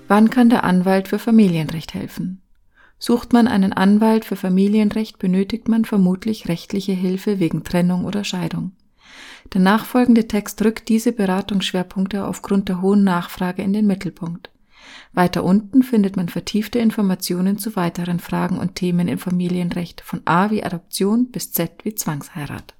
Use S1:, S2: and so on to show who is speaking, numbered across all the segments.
S1: Wann kann der Anwalt für Familienrecht helfen? Sucht man einen Anwalt für Familienrecht, benötigt man vermutlich rechtliche Hilfe wegen Trennung oder Scheidung. Der nachfolgende Text rückt diese Beratungsschwerpunkte aufgrund der hohen Nachfrage in den Mittelpunkt. Weiter unten findet man vertiefte Informationen zu weiteren Fragen und Themen im Familienrecht, von A wie Adoption bis Z wie Zwangsheirat.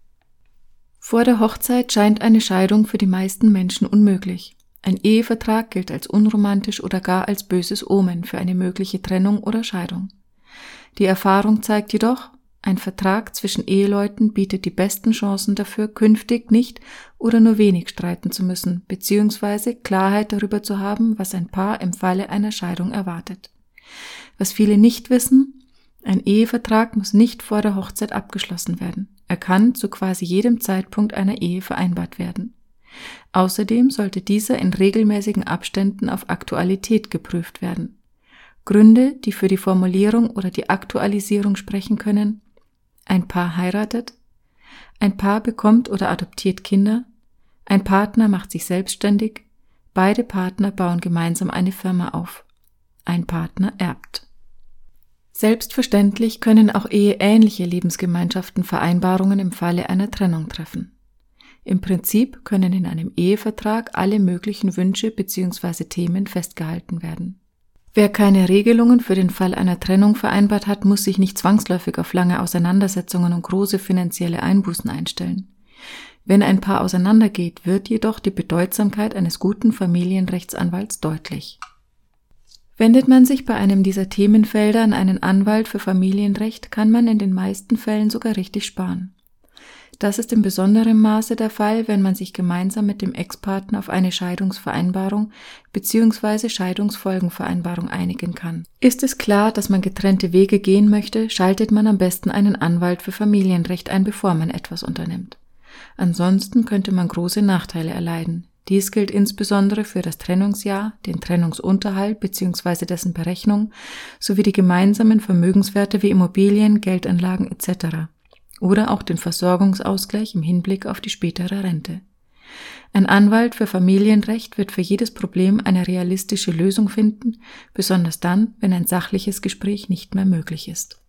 S1: Vor der Hochzeit scheint eine Scheidung für die meisten Menschen unmöglich. Ein Ehevertrag gilt als unromantisch oder gar als böses Omen für eine mögliche Trennung oder Scheidung. Die Erfahrung zeigt jedoch, ein Vertrag zwischen Eheleuten bietet die besten Chancen dafür, künftig nicht oder nur wenig streiten zu müssen, beziehungsweise Klarheit darüber zu haben, was ein Paar im Falle einer Scheidung erwartet. Was viele nicht wissen: Ein Ehevertrag muss nicht vor der Hochzeit abgeschlossen werden. Er kann zu quasi jedem Zeitpunkt einer Ehe vereinbart werden. Außerdem sollte dieser in regelmäßigen Abständen auf Aktualität geprüft werden. Gründe, die für die Formulierung oder die Aktualisierung sprechen können: Ein Paar heiratet, ein Paar bekommt oder adoptiert Kinder, ein Partner macht sich selbstständig, beide Partner bauen gemeinsam eine Firma auf, ein Partner erbt. Selbstverständlich können auch eheähnliche Lebensgemeinschaften Vereinbarungen im Falle einer Trennung treffen. Im Prinzip können in einem Ehevertrag alle möglichen Wünsche bzw. Themen festgehalten werden. Wer keine Regelungen für den Fall einer Trennung vereinbart hat, muss sich nicht zwangsläufig auf lange Auseinandersetzungen und große finanzielle Einbußen einstellen. Wenn ein Paar auseinandergeht, wird jedoch die Bedeutsamkeit eines guten Familienrechtsanwalts deutlich. Wendet man sich bei einem dieser Themenfelder an einen Anwalt für Familienrecht, kann man in den meisten Fällen sogar richtig sparen. Das ist in besonderem Maße der Fall, wenn man sich gemeinsam mit dem Ex-Partner auf eine Scheidungsvereinbarung bzw. Scheidungsfolgenvereinbarung einigen kann. Ist es klar, dass man getrennte Wege gehen möchte, schaltet man am besten einen Anwalt für Familienrecht ein, bevor man etwas unternimmt. Ansonsten könnte man große Nachteile erleiden. Dies gilt insbesondere für das Trennungsjahr, den Trennungsunterhalt bzw. dessen Berechnung sowie die gemeinsamen Vermögenswerte wie Immobilien, Geldanlagen etc. oder auch den Versorgungsausgleich im Hinblick auf die spätere Rente. Ein Anwalt für Familienrecht wird für jedes Problem eine realistische Lösung finden, besonders dann, wenn ein sachliches Gespräch nicht mehr möglich ist.